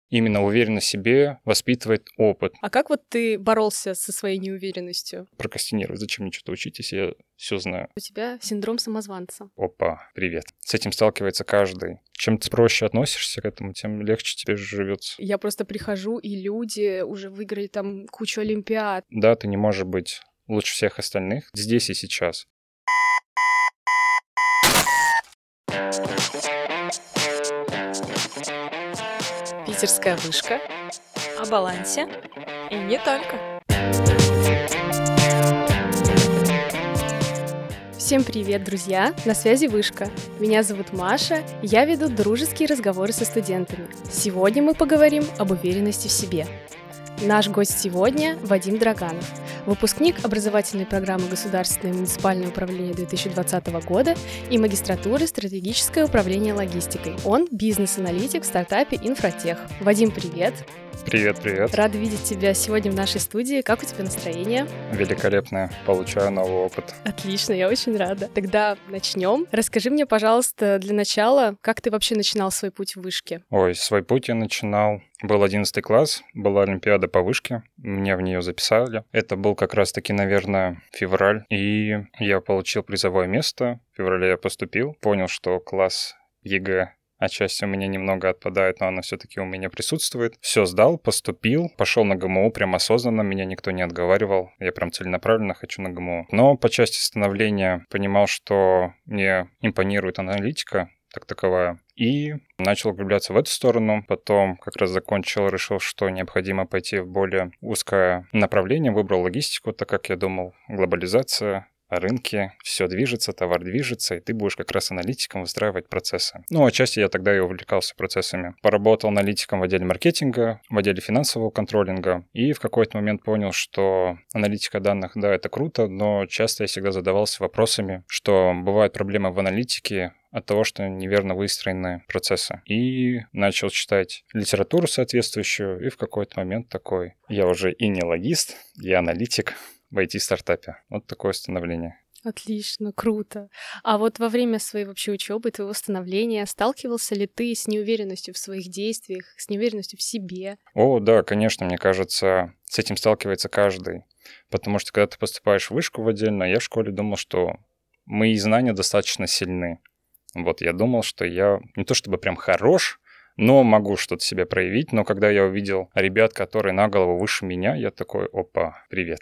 Именно уверенность в себе воспитывает опыт. А как вот ты боролся со своей неуверенностью? Прокрастинировать. Зачем мне что-то учить, если я все знаю? У тебя синдром самозванца. Опа, привет. С этим сталкивается каждый. Чем ты проще относишься к этому, тем легче тебе живется. Я просто прихожу, и люди уже выиграли там кучу олимпиад. Да, ты не можешь быть лучше всех остальных здесь и сейчас. Питерская вышка. О балансе. И не только. Всем привет, друзья! На связи Вышка. Меня зовут Маша, и я веду дружеские разговоры со студентами. Сегодня мы поговорим об уверенности в себе. Наш гость сегодня – Вадим Драганов, выпускник образовательной программы Государственное муниципальное управление 2020 года и магистратуры «Стратегическое управление логистикой». Он – бизнес-аналитик в стартапе «Инфротех». Вадим, привет! Привет. Рада видеть тебя сегодня в нашей студии. Как у тебя настроение? Великолепно. Получаю новый опыт. Отлично, я очень рада. Тогда начнем. Расскажи мне, пожалуйста, для начала, как ты вообще начинал свой путь в вышке? Свой путь я начинал. Был 11 класс, была Олимпиада по вышке, меня в нее записали. Это был как раз-таки, наверное, февраль, и я получил призовое место. В феврале я поступил, понял, что класс ЕГЭ отчасти у меня немного отпадает, но она все-таки у меня присутствует. Все сдал, поступил, пошел на ГМУ прям осознанно, меня никто не отговаривал. Я прям целенаправленно хочу на ГМУ. Но по части становления понимал, что мне импонирует аналитика, так таковая. И начал углубляться в эту сторону. Потом как раз закончил, решил, что необходимо пойти в более узкое направление. Выбрал логистику, так как я думал, глобализация, рынки, все движется, товар движется, и ты будешь как раз аналитиком выстраивать процессы. Отчасти я тогда и увлекался процессами. Поработал аналитиком в отделе маркетинга, в отделе финансового контролинга, и в какой-то момент понял, что аналитика данных, да, это круто, но часто я всегда задавался вопросами, что бывают проблемы в аналитике от того, что неверно выстроены процессы. И начал читать литературу соответствующую, и в какой-то момент такой, я уже и не логист, я аналитик в IT-стартапе. Вот такое становление. Отлично, круто. А вот во время своей вообще учебы, твоего становления, сталкивался ли ты с неуверенностью в своих действиях, с неуверенностью в себе? Да, конечно, мне кажется, с этим сталкивается каждый. Потому что когда ты поступаешь в вышку в отдельно, я в школе думал, что мои знания достаточно сильны. Я думал, что я не то чтобы прям хорош, но могу что-то себе проявить. Но когда я увидел ребят, которые на голову выше меня, я такой, опа, привет.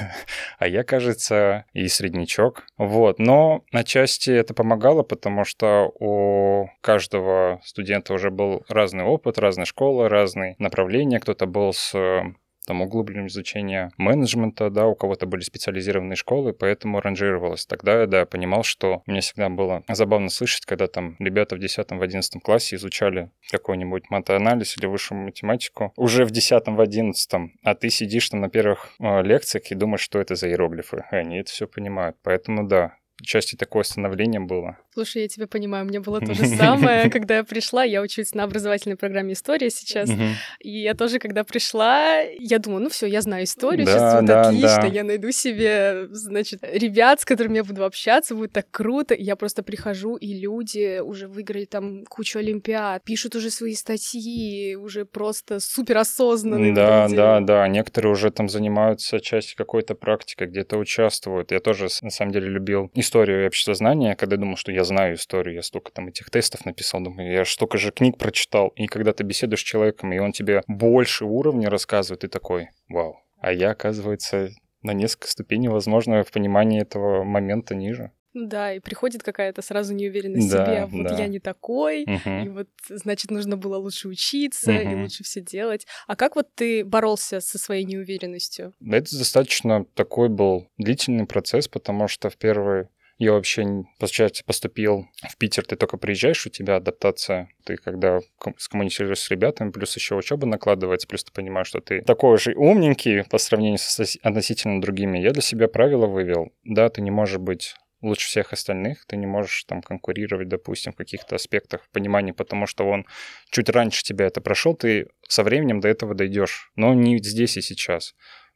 А я, кажется, и среднячок. Но отчасти это помогало, потому что у каждого студента уже был разный опыт, разная школа, разные направления. Кто-то был с углубленным изучением менеджмента, да, у кого-то были специализированные школы, поэтому ранжировалось. Тогда я, да, понимал, что мне всегда было забавно слышать, когда там ребята в 10-11 классе изучали какой-нибудь матанализ или высшую математику уже в 10-11, а ты сидишь там на первых лекциях и думаешь, что это за иероглифы. Они это все понимают. Поэтому, да, части такое становление было. Слушай, я тебя понимаю, у меня было то же самое, когда я пришла, я учусь на образовательной программе «История» сейчас, и я тоже, когда пришла, я думаю, все, я знаю историю, сейчас будет отлично, я найду себе, ребят, с которыми я буду общаться, будет так круто, и я просто прихожу, и люди уже выиграли там кучу олимпиад, пишут уже свои статьи, уже просто суперосознанные. Да, некоторые уже там занимаются частью какой-то практикой, где-то участвуют. Я тоже, на самом деле, любил историю и обществознание, когда думал, что я знаю историю, я столько там этих тестов написал, думаю, я столько же книг прочитал. И когда ты беседуешь с человеком, и он тебе больше уровня рассказывает, ты такой, вау. А я, оказывается, на несколько ступеней, возможно, в понимании этого момента ниже. Да, и приходит какая-то сразу неуверенность в себе, я не такой, и значит, нужно было лучше учиться и лучше все делать. А как ты боролся со своей неуверенностью? Это достаточно такой был длительный процесс, потому что в первый я вообще, получается, поступил в Питер, ты только приезжаешь, у тебя адаптация. Ты когда скоммуницируешь с ребятами, плюс еще учеба накладывается, плюс ты понимаешь, что ты такой же умненький по сравнению с относительно другими. Я для себя правила вывел. Да, ты не можешь быть лучше всех остальных, ты не можешь там конкурировать, допустим, в каких-то аспектах понимания, потому что он чуть раньше тебя это прошел, ты со временем до этого дойдешь, но не здесь и сейчас.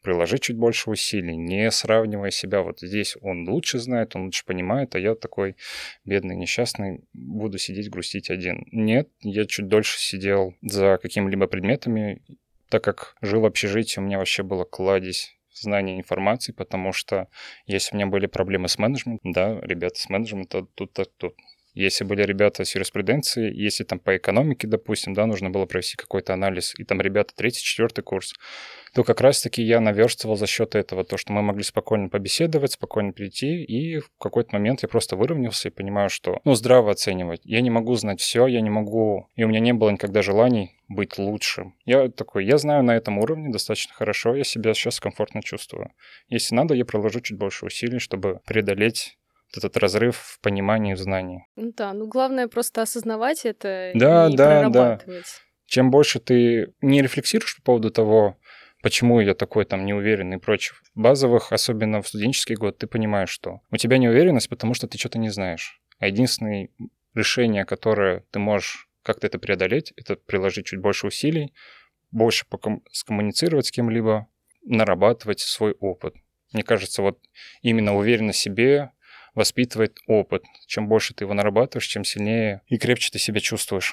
приложить чуть больше усилий, не сравнивая себя. Вот здесь он лучше знает, он лучше понимает, а я такой бедный, несчастный, буду сидеть, грустить один. Нет, я чуть дольше сидел за какими-либо предметами, так как жил в общежитии, у меня вообще было кладезь знания информации, потому что если у меня были проблемы с менеджментом, да, ребята с менеджментом, тут. Если были ребята с юриспруденции, если там по экономике, допустим, да, нужно было провести какой-то анализ, и там ребята 3-4 курс, то как раз-таки я наверстывал за счет этого то, что мы могли спокойно побеседовать, спокойно прийти, и в какой-то момент я просто выровнялся и понимаю, что, здраво оценивать. Я не могу знать все, я не могу, и у меня не было никогда желаний быть лучшим. Я такой, я знаю на этом уровне достаточно хорошо, я себя сейчас комфортно чувствую. Если надо, я приложу чуть больше усилий, чтобы преодолеть этот разрыв в понимании, в знании. Да, главное просто осознавать это и Да. прорабатывать. Чем больше ты не рефлексируешь по поводу того, почему я такой там неуверенный и прочее, в базовых, особенно в студенческий год, ты понимаешь, что у тебя неуверенность, потому что ты что-то не знаешь. А единственное решение, которое ты можешь как-то это преодолеть, это приложить чуть больше усилий, больше скоммуницировать с кем-либо, нарабатывать свой опыт. Мне кажется, вот именно уверенность в себе воспитывает опыт. Чем больше ты его нарабатываешь, чем сильнее и крепче ты себя чувствуешь.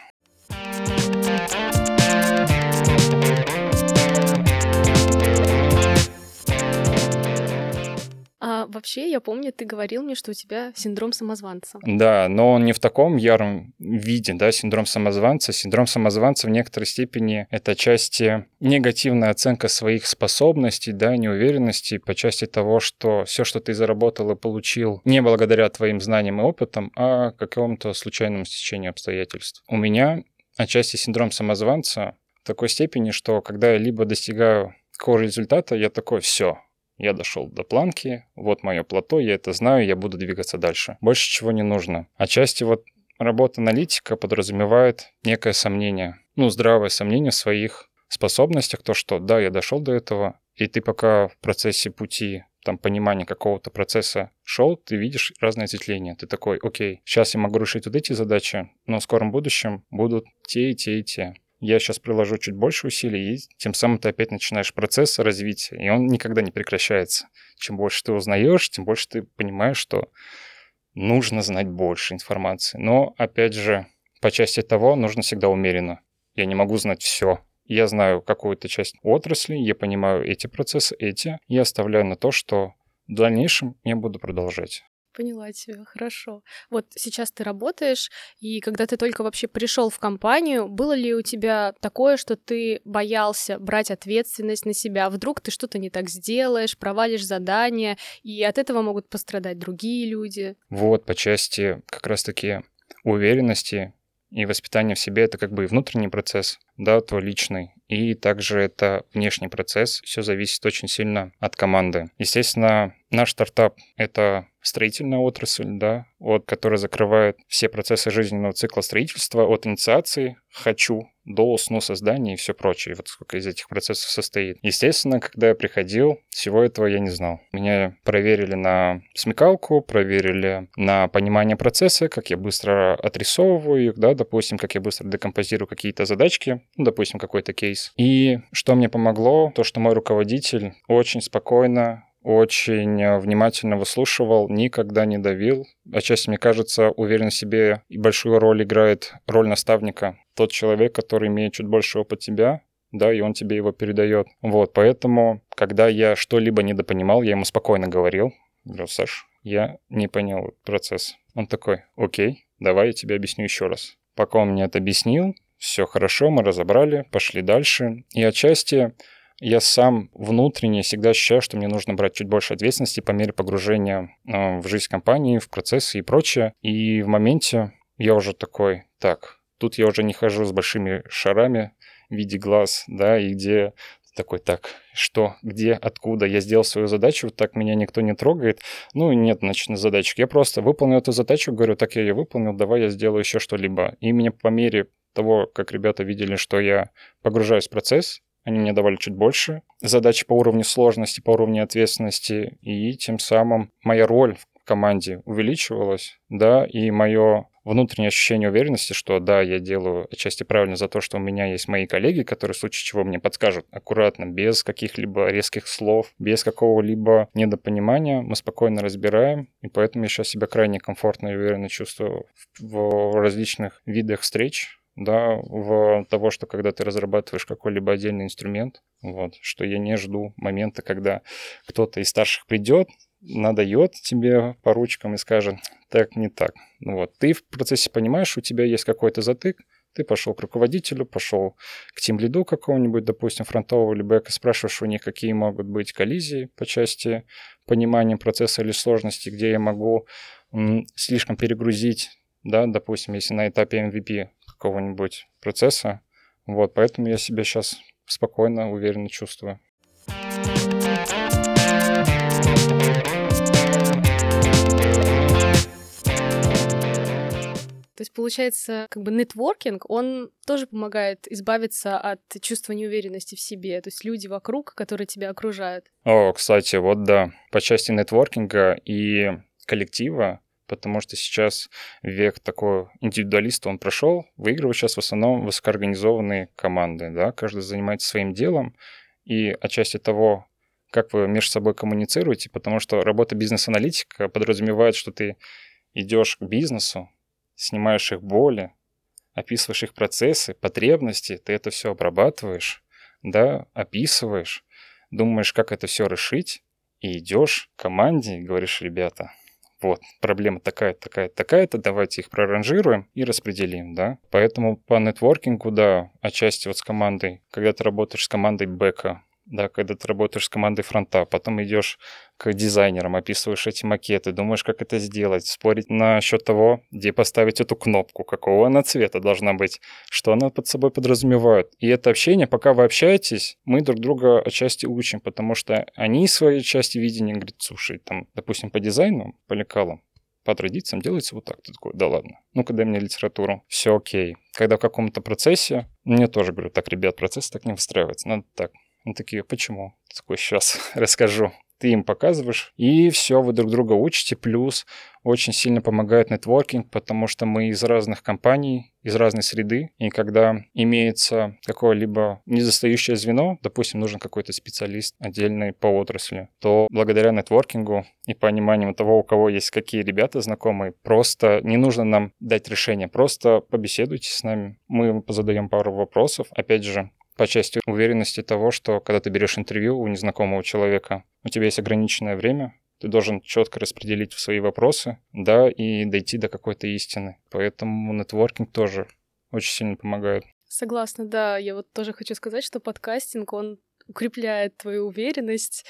А вообще, я помню, ты говорил мне, что у тебя синдром самозванца. Да, но он не в таком яром виде, да, синдром самозванца. Синдром самозванца в некоторой степени это отчасти негативная оценка своих способностей, да, неуверенности по части того, что все, что ты заработал и получил, не благодаря твоим знаниям и опытам, а какому-то случайному стечению обстоятельств. У меня отчасти синдром самозванца в такой степени, что когда я либо достигаю какого-то результата, я такой, все. Я дошел до планки, вот мое плато, я это знаю, я буду двигаться дальше. Больше чего не нужно. Отчасти вот работа аналитика подразумевает некое сомнение, здравое сомнение в своих способностях, то, что да, я дошел до этого, и ты пока в процессе пути, там, понимания какого-то процесса шел, ты видишь разные ответвления. Ты такой, окей, сейчас я могу решить вот эти задачи, но в скором будущем будут те и те и те. Я сейчас приложу чуть больше усилий, и тем самым ты опять начинаешь процесс развития, и он никогда не прекращается. Чем больше ты узнаешь, тем больше ты понимаешь, что нужно знать больше информации. Но, опять же, по части того, нужно всегда умеренно. Я не могу знать все. Я знаю какую-то часть отрасли, я понимаю эти процессы, и оставляю на то, что в дальнейшем я буду продолжать. Поняла тебя, хорошо. Вот сейчас ты работаешь, и когда ты только вообще пришел в компанию, было ли у тебя такое, что ты боялся брать ответственность на себя? Вдруг ты что-то не так сделаешь, провалишь задание, и от этого могут пострадать другие люди? Вот, по части как раз-таки уверенности и воспитания в себе, это как бы и внутренний процесс, да, твой личный, и также это внешний процесс. Все зависит очень сильно от команды. Естественно, наш стартап — это строительная отрасль, да, которая закрывает все процессы жизненного цикла строительства от инициации «хочу» до сноса здания и все прочее. Вот сколько из этих процессов состоит. Естественно, когда я приходил, всего этого я не знал. Меня проверили на смекалку, проверили на понимание процесса, как я быстро отрисовываю их, да, допустим, как я быстро декомпозирую какие-то задачки, допустим, какой-то кейс. И что мне помогло, то, что мой руководитель очень спокойно, очень внимательно выслушивал, никогда не давил. Отчасти, мне кажется, уверенность в себе и большую роль играет роль наставника. Тот человек, который имеет чуть больше опыт тебя, да, и он тебе его передает. Вот, поэтому, когда я что-либо недопонимал, я ему спокойно говорил, Саш, я не понял этот процесс. Он такой, окей, давай я тебе объясню еще раз. Пока он мне это объяснил, все хорошо, мы разобрали, пошли дальше. И отчасти я сам внутренне всегда ощущаю, что мне нужно брать чуть больше ответственности по мере погружения в жизнь компании, в процессы и прочее. И в моменте я уже такой, так, тут я уже не хожу с большими шарами в виде глаз, да, и где такой, так, что, где, откуда, я сделал свою задачу, так меня никто не трогает, нет, значит, на задачек. Я просто выполнил эту задачу, говорю, так я ее выполнил, давай я сделаю еще что-либо. И мне по мере того, как ребята видели, что я погружаюсь в процесс, они мне давали чуть больше задачи по уровню сложности, по уровню ответственности, и тем самым моя роль в команде увеличивалось, да, и мое внутреннее ощущение уверенности, что да, я делаю отчасти правильно за то, что у меня есть мои коллеги, которые в случае чего мне подскажут аккуратно, без каких-либо резких слов, без какого-либо недопонимания, мы спокойно разбираем, и поэтому я сейчас себя крайне комфортно и уверенно чувствую в различных видах встреч, да, в того, что когда ты разрабатываешь какой-либо отдельный инструмент, вот, что я не жду момента, когда кто-то из старших придет, надает тебе по ручкам и скажет, так, не так. Вот. Ты в процессе понимаешь, у тебя есть какой-то затык, ты пошел к руководителю, пошел к тимлиду какого-нибудь, допустим, фронтового или бэка, спрашиваешь у них, какие могут быть коллизии по части понимания процесса или сложности, где я могу слишком перегрузить, да, допустим, если на этапе MVP какого-нибудь процесса. Вот, поэтому я себя сейчас спокойно, уверенно чувствую. То есть, получается, как бы нетворкинг, он тоже помогает избавиться от чувства неуверенности в себе. То есть люди вокруг, которые тебя окружают. О, кстати, вот да, по части нетворкинга и коллектива, потому что сейчас век такой индивидуалиста он прошел, выигрывают сейчас в основном высокоорганизованные команды, да, каждый занимается своим делом, и отчасти того, как вы между собой коммуницируете, потому что работа бизнес-аналитика подразумевает, что ты идешь к бизнесу, снимаешь их боли, описываешь их процессы, потребности, ты это все обрабатываешь, да, описываешь, думаешь, как это все решить, и идешь к команде и говоришь, ребята, вот, проблема такая-то, такая-то, такая-то, давайте их проранжируем и распределим, да. Поэтому по нетворкингу, да, отчасти вот с командой, когда ты работаешь с командой бэка, да, когда ты работаешь с командой фронта, потом идешь к дизайнерам, описываешь эти макеты, думаешь, как это сделать, спорить насчет того, где поставить эту кнопку, какого она цвета должна быть, что она под собой подразумевает. И это общение, пока вы общаетесь, мы друг друга отчасти учим, потому что они своей части видения говорят, слушай, там, допустим, по дизайну, по лекалам, по традициям делается вот так. Ты такой, да ладно. Ну-ка дай мне литературу. Все окей. Когда в каком-то процессе, мне тоже говорю, так, ребят, процесс так не выстраивается, надо так. Они такие, почему? Ты такой, сейчас расскажу. Ты им показываешь, и все, вы друг друга учите. Плюс очень сильно помогает нетворкинг, потому что мы из разных компаний, из разной среды, и когда имеется какое-либо недостающее звено, допустим, нужен какой-то специалист отдельный по отрасли, то благодаря нетворкингу и пониманию того, у кого есть какие ребята знакомые, просто не нужно нам дать решение, просто побеседуйте с нами, мы задаем пару вопросов, опять же, по части уверенности того, что когда ты берешь интервью у незнакомого человека, у тебя есть ограниченное время, ты должен четко распределить свои вопросы, да, и дойти до какой-то истины. Поэтому нетворкинг тоже очень сильно помогает. Согласна, да. Я вот тоже хочу сказать, что подкастинг, он укрепляет твою уверенность,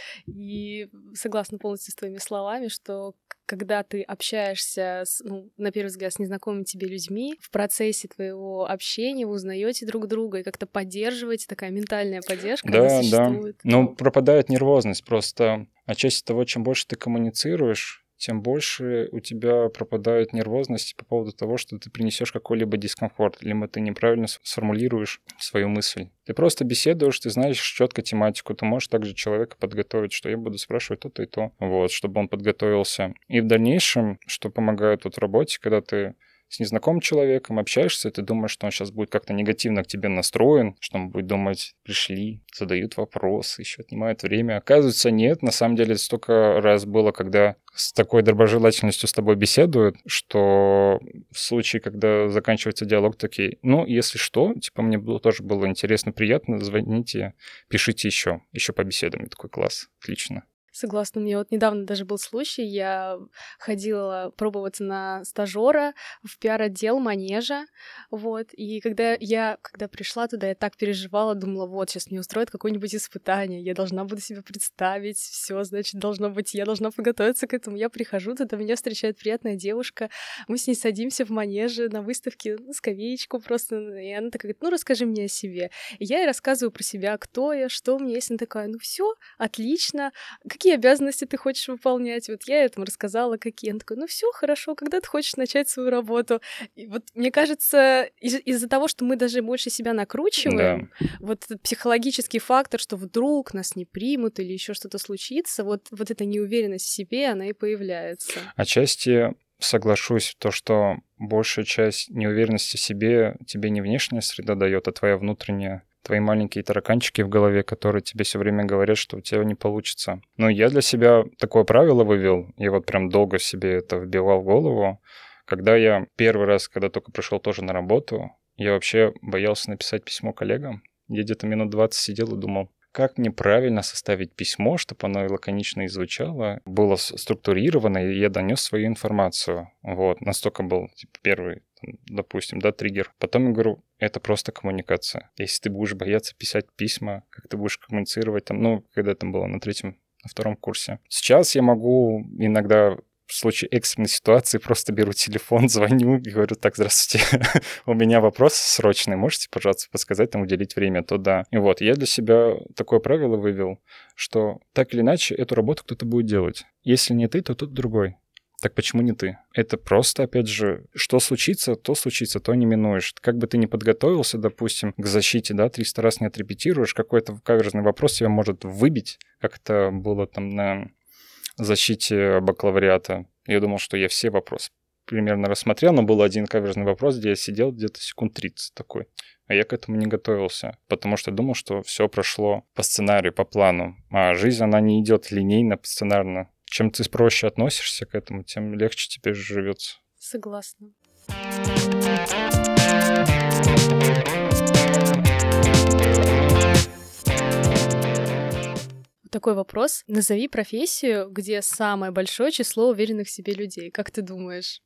и согласна полностью с твоими словами, что когда ты общаешься, на первый взгляд, с незнакомыми тебе людьми, в процессе твоего общения вы узнаете друг друга и как-то поддерживаете, такая ментальная поддержка, она существует. Да. Ну, пропадает нервозность просто. Отчасти того, чем больше ты коммуницируешь, тем больше у тебя пропадает нервозность по поводу того, что ты принесешь какой-либо дискомфорт, либо ты неправильно сформулируешь свою мысль. Ты просто беседуешь, ты знаешь четко тематику, ты можешь также человека подготовить, что я буду спрашивать то-то и то, вот, чтобы он подготовился. И в дальнейшем, что помогает вот в работе, когда ты с незнакомым человеком общаешься, ты думаешь, что он сейчас будет как-то негативно к тебе настроен, что он будет думать, пришли, задают вопросы, еще отнимают время. Оказывается, нет. На самом деле, столько раз было, когда с такой доброжелательностью с тобой беседуют, что в случае, когда заканчивается диалог, такие, ну, если что, типа, мне тоже было интересно, приятно, звоните, пишите еще побеседуем. Я такой, класс, отлично. Согласна, у меня вот недавно даже был случай, я ходила пробоваться на стажера в пиар-отдел Манежа, вот, и когда пришла туда, я так переживала, думала, вот, сейчас мне устроят какое-нибудь испытание, я должна буду себя представить, все, значит, должно быть, я должна подготовиться к этому, я прихожу, туда меня встречает приятная девушка, мы с ней садимся в Манеже на выставке, на скамеечку просто, и она такая говорит, ну, расскажи мне о себе, и я ей рассказываю про себя, кто я, что у меня есть, она такая, ну, все, отлично, какие какие обязанности ты хочешь выполнять. Вот я этому рассказала, какие. Он такой, ну все, хорошо, когда ты хочешь начать свою работу. И вот мне кажется, из-за того, что мы даже больше себя накручиваем, вот этот психологический фактор, что вдруг нас не примут или еще что-то случится, вот эта неуверенность в себе, она и появляется. Отчасти соглашусь в то, что большая часть неуверенности в себе тебе не внешняя среда дает, а твоя внутренняя. Твои маленькие тараканчики в голове, которые тебе все время говорят, что у тебя не получится. Но я для себя такое правило вывел, я вот прям долго себе это вбивал в голову. Когда я первый раз, когда только пришел тоже на работу, я вообще боялся написать письмо коллегам. Я где-то минут 20 сидел и думал, как мне правильно составить письмо, чтобы оно лаконично и звучало, было структурировано, и я донес свою информацию. Вот, настолько был первый, допустим, триггер. Потом я говорю, это просто коммуникация. Если ты будешь бояться писать письма, как ты будешь коммуницировать, когда это было на втором курсе. Сейчас я могу иногда в случае экстренной ситуации просто беру телефон, звоню и говорю, так, здравствуйте, у меня вопрос срочный, можете, пожалуйста, подсказать, уделить время, то да. И вот, я для себя такое правило вывел, что так или иначе эту работу кто-то будет делать. Если не ты, то кто-то другой. Так почему не ты? Это просто, опять же, что случится, то не минуешь. Как бы ты ни подготовился, допустим, к защите, 300 раз не отрепетируешь, какой-то каверзный вопрос тебя может выбить, как это было на защите бакалавриата. Я думал, что я все вопросы примерно рассмотрел, но был один каверзный вопрос, где я сидел где-то секунд 30 такой. А я к этому не готовился, потому что думал, что все прошло по сценарию, по плану. А жизнь, она не идет линейно, сценарно. Чем ты проще относишься к этому, тем легче тебе живется. Согласна. Такой вопрос. Назови профессию, где самое большое число уверенных в себе людей. Как ты думаешь?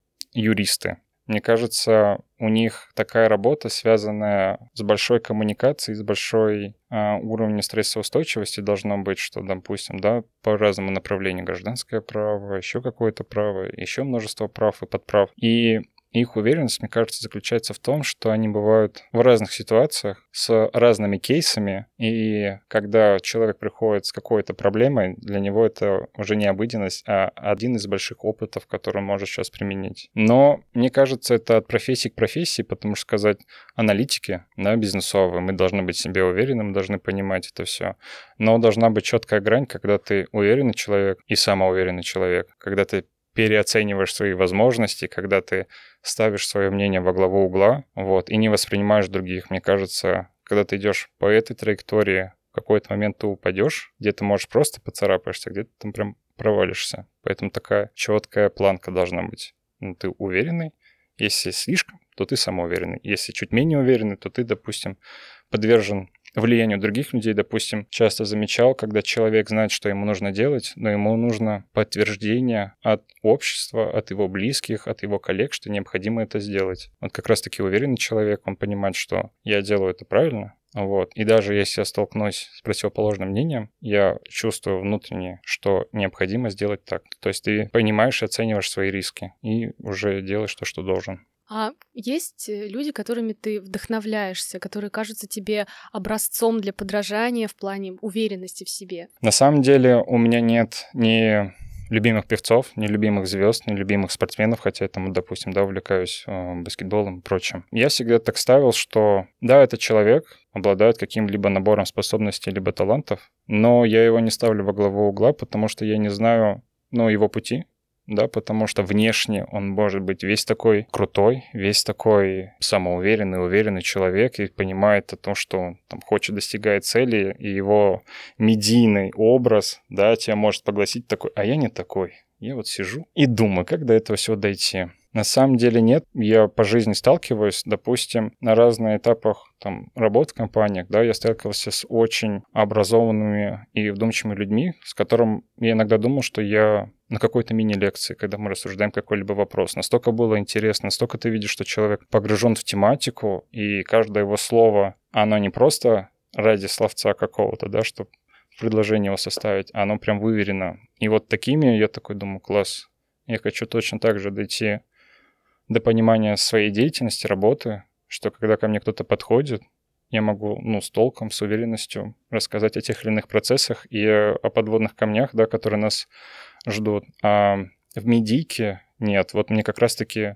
Юристы. Мне кажется, у них такая работа, связанная с большой коммуникацией, с большой уровнем стрессоустойчивости должно быть, что, допустим, по разному направлению гражданское право, еще какое-то право, еще множество прав и подправ. И их уверенность, мне кажется, заключается в том, что они бывают в разных ситуациях, с разными кейсами, и когда человек приходит с какой-то проблемой, для него это уже не обыденность, а один из больших опытов, который он может сейчас применить. Но, мне кажется, это от профессии к профессии, потому что сказать аналитики, бизнесовые, мы должны быть в себе уверены, мы должны понимать это все. Но должна быть четкая грань, когда ты уверенный человек и самоуверенный человек, когда ты переоцениваешь свои возможности, когда ты ставишь свое мнение во главу угла, и не воспринимаешь других. Мне кажется, когда ты идешь по этой траектории, в какой-то момент ты упадешь, где-то можешь просто поцарапаешься, где-то там прям провалишься. Поэтому такая четкая планка должна быть. Ты уверенный. Если слишком, то ты самоуверенный. Если чуть менее уверенный, то ты, допустим, подвержен влиянию других людей, допустим, часто замечал, когда человек знает, что ему нужно делать, но ему нужно подтверждение от общества, от его близких, от его коллег, что необходимо это сделать. Вот как раз-таки уверенный человек, он понимает, что я делаю это правильно, И даже если я столкнусь с противоположным мнением, я чувствую внутренне, что необходимо сделать так. То есть ты понимаешь и оцениваешь свои риски и уже делаешь то, что должен. А есть люди, которыми ты вдохновляешься, которые кажутся тебе образцом для подражания в плане уверенности в себе? На самом деле у меня нет ни любимых певцов, ни любимых звезд, ни любимых спортсменов, хотя я там, допустим, увлекаюсь баскетболом и прочим. Я всегда так ставил, что этот человек обладает каким-либо набором способностей либо талантов, но я его не ставлю во главу угла, потому что я не знаю, его пути. Потому что внешне он может быть весь такой крутой, весь такой самоуверенный, уверенный человек и понимает о том, что он хочет достигать цели, и его медийный образ, тебя может погласить такой, а я не такой. Я сижу и думаю, как до этого всего дойти. На самом деле нет. Я по жизни сталкиваюсь, допустим, на разных этапах работы в компаниях, я сталкивался с очень образованными и вдумчивыми людьми, с которыми я иногда думал, что я на какой-то мини-лекции, когда мы рассуждаем какой-либо вопрос. Настолько было интересно, настолько ты видишь, что человек погружен в тематику, и каждое его слово, оно не просто ради словца какого-то, чтобы предложение его составить, а оно прям выверено. И такими я такой думаю, класс, я хочу точно так же дойти до понимания своей деятельности, работы, что когда ко мне кто-то подходит, я могу, с толком, с уверенностью рассказать о тех или иных процессах и о подводных камнях, да, которые нас ждут. А в медийке нет. Вот мне как раз-таки,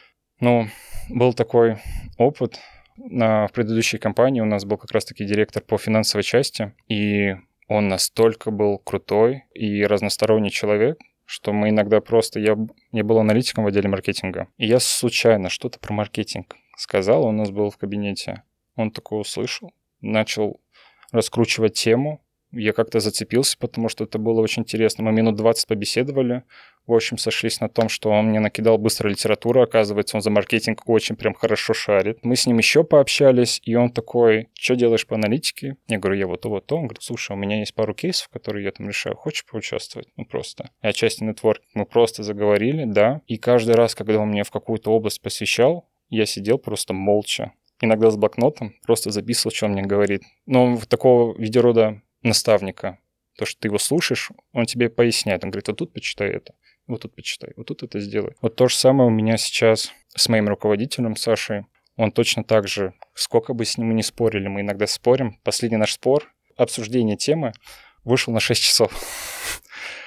был такой опыт. В предыдущей компании у нас был как раз-таки директор по финансовой части, и он настолько был крутой и разносторонний человек, что мы иногда просто... Я был аналитиком в отделе маркетинга, и я случайно что-то про маркетинг сказал, он у нас был в кабинете. Он такое услышал, начал раскручивать тему. Я как-то зацепился, потому что это было очень интересно. Мы минут 20 побеседовали. В общем, сошлись на том, что он мне накидал быстро литературу. Оказывается, он за маркетинг очень прям хорошо шарит. Мы с ним еще пообщались, и он такой: что делаешь по аналитике? Я говорю: я вот то, вот то. Он говорит: слушай, у меня есть пару кейсов, которые я там решаю. Хочешь поучаствовать? Просто. И отчасти нетворкинг. Мы просто заговорили, да. И каждый раз, когда он меня в какую-то область посвящал, я сидел просто молча. Иногда с блокнотом, просто записывал, что он мне говорит. Но такого видеорода наставника. То, что ты его слушаешь, он тебе поясняет. Он говорит: вот тут почитай это, вот тут почитай, вот тут это сделай. Вот то же самое у меня сейчас с моим руководителем Сашей. Он точно так же, сколько бы с ним мы ни спорили, мы иногда спорим. Последний наш спор, обсуждение темы, вышел на 6 часов.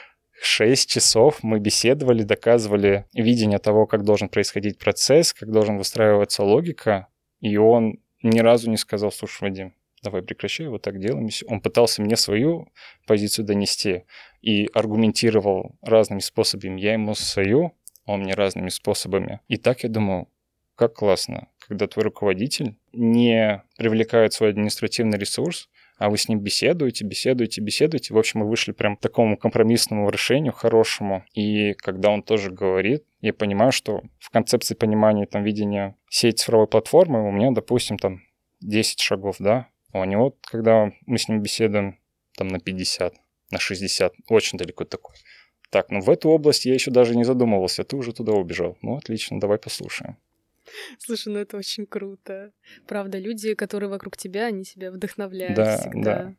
6 часов мы беседовали, доказывали видение того, как должен происходить процесс, как должен выстраиваться логика. И он ни разу не сказал: слушай, Вадим, давай прекращай, вот так делаем. Он пытался мне свою позицию донести и аргументировал разными способами. Я ему свою, он мне разными способами. И так я думал, как классно, когда твой руководитель не привлекает свой административный ресурс, а вы с ним беседуете. В общем, мы вышли прям к такому компромиссному решению, хорошему. И когда он тоже говорит, я понимаю, что в концепции понимания видения всей цифровой платформы у меня, допустим, 10 шагов, да. А у него, когда мы с ним беседуем, на 50, на 60, очень далеко такой. Так, в эту область я еще даже не задумывался, ты уже туда убежал. Отлично, давай послушаем. Слушай, это очень круто. Правда, люди, которые вокруг тебя, они тебя вдохновляют всегда. Да.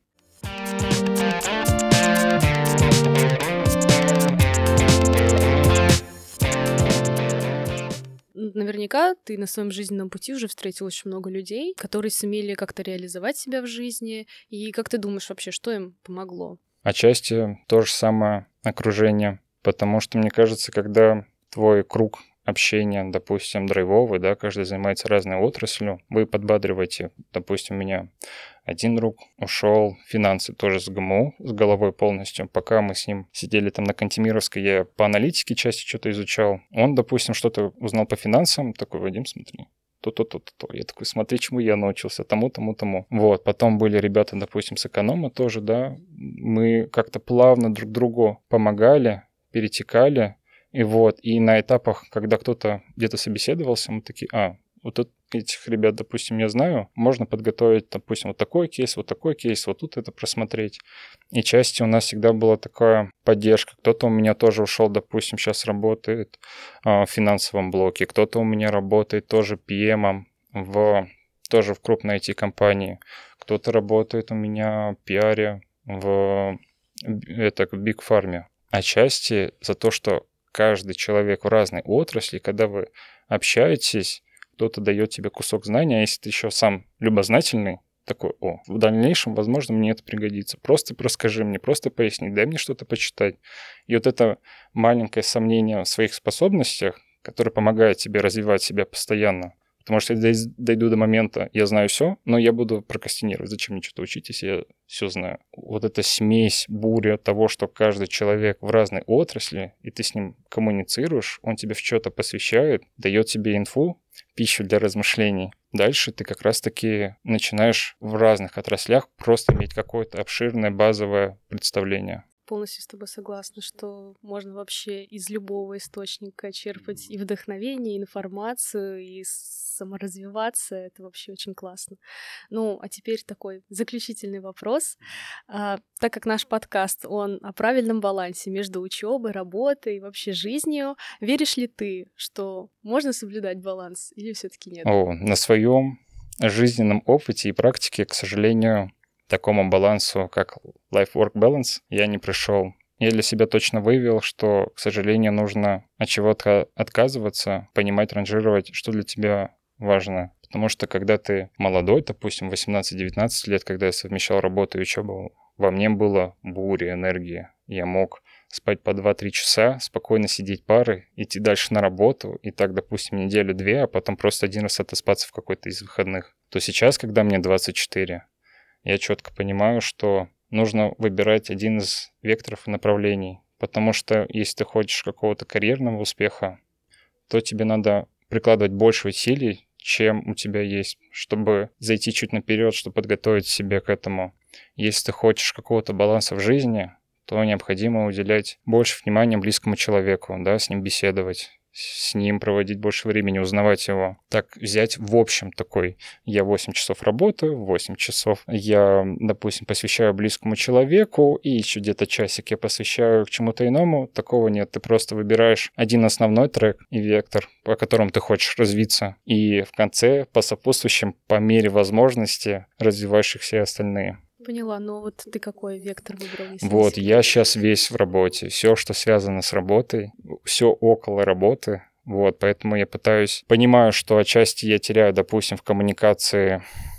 Наверняка ты на своем жизненном пути уже встретил очень много людей, которые сумели как-то реализовать себя в жизни. И как ты думаешь вообще, что им помогло? Отчасти то же самое окружение. Потому что, мне кажется, когда твой круг общения, допустим, драйвовый, да, каждый занимается разной отраслью, вы подбадриваете. Допустим, у меня один друг ушел в финансы тоже с ГМУ, с головой полностью. Пока мы с ним сидели на Кантемировской, я по аналитике части что-то изучал. Он, допустим, что-то узнал по финансам, такой: Вадим, смотри, то. Я такой: смотри, чему я научился, тому. Вот, потом были ребята, допустим, с эконома тоже, да, мы как-то плавно друг другу помогали, перетекали. И на этапах, когда кто-то где-то собеседовался, мы такие: вот этих ребят, допустим, я знаю, можно подготовить, допустим, вот такой кейс, вот тут это просмотреть. И части у нас всегда была такая поддержка. Кто-то у меня тоже ушел, допустим, сейчас работает в финансовом блоке, кто-то у меня работает тоже PM-ом тоже в крупной IT-компании, кто-то работает у меня в пиаре в Big Pharma. Отчасти за то, что каждый человек в разной отрасли, когда вы общаетесь, кто-то дает тебе кусок знания, а если ты еще сам любознательный, такой: в дальнейшем, возможно, мне это пригодится. Просто расскажи мне, просто поясни, дай мне что-то почитать. И вот это маленькое сомнение в своих способностях, которое помогает тебе развивать себя постоянно. Потому что я дойду до момента, я знаю все, но я буду прокрастинировать. Зачем мне что-то учить, если я все знаю? Вот эта смесь, буря того, что каждый человек в разной отрасли, и ты с ним коммуницируешь, он тебе в что-то посвящает, дает тебе инфу, пищу для размышлений. Дальше ты как раз-таки начинаешь в разных отраслях просто иметь какое-то обширное базовое представление. Полностью с тобой согласна, что можно вообще из любого источника черпать и вдохновение, и информацию, и саморазвиваться. Это вообще очень классно. А теперь такой заключительный вопрос. Так как наш подкаст, он о правильном балансе между учебой, работой и вообще жизнью, веришь ли ты, что можно соблюдать баланс или все-таки нет? На своем жизненном опыте и практике, к сожалению, такому балансу, как life-work balance, я не пришел. Я для себя точно выявил, что, к сожалению, нужно от чего-то отказываться, понимать, ранжировать, что для тебя важно. Потому что когда ты молодой, допустим, 18-19 лет, когда я совмещал работу и учебу, во мне было буря энергии. Я мог спать по 2-3 часа, спокойно сидеть парой, идти дальше на работу, и так, допустим, неделю-две, а потом просто один раз отоспаться в какой-то из выходных. То сейчас, когда мне 24, я четко понимаю, что нужно выбирать один из векторов и направлений. Потому что если ты хочешь какого-то карьерного успеха, то тебе надо прикладывать больше усилий, чем у тебя есть, чтобы зайти чуть наперед, чтобы подготовить себя к этому. Если ты хочешь какого-то баланса в жизни, то необходимо уделять больше внимания близкому человеку, да, с ним беседовать, с ним проводить больше времени, узнавать его. Так взять в общем такой: я 8 часов работаю, 8 часов я, допустим, посвящаю близкому человеку, и еще где-то часик я посвящаю к чему-то иному. Такого нет. Ты просто выбираешь один основной трек и вектор, по которому ты хочешь развиться, и в конце по сопутствующим, по мере возможности, развиваешь их все остальные. Поняла, но вот ты какой вектор выбрал? Вот, я сейчас весь в работе. Все, что связано с работой, все около работы. Вот, поэтому я понимаю, что отчасти я теряю, допустим, в коммуникации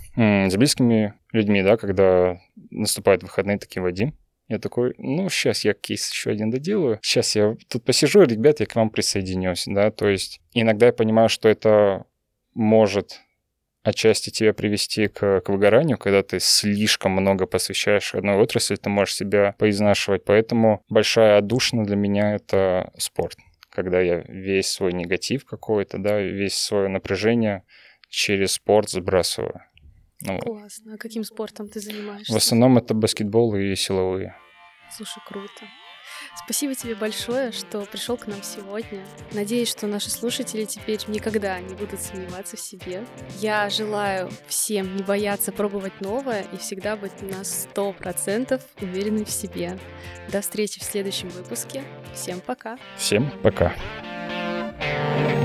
с близкими людьми, да, когда наступают выходные такие, Вадим. Я такой, сейчас я кейс еще один доделаю. Сейчас я тут посижу, ребят, я к вам присоединюсь, да. То есть иногда я понимаю, что это может отчасти тебя привести к выгоранию, когда ты слишком много посвящаешь одной отрасли, ты можешь себя поизнашивать. Поэтому большая отдушина для меня — это спорт. Когда я весь свой негатив какой-то, да, весь свое напряжение через спорт сбрасываю. Классно. А каким спортом ты занимаешься? В основном это баскетбол и силовые. Слушай, круто. Спасибо тебе большое, что пришел к нам сегодня. Надеюсь, что наши слушатели теперь никогда не будут сомневаться в себе. Я желаю всем не бояться пробовать новое и всегда быть на 100% уверенной в себе. До встречи в следующем выпуске. Всем пока. Всем пока.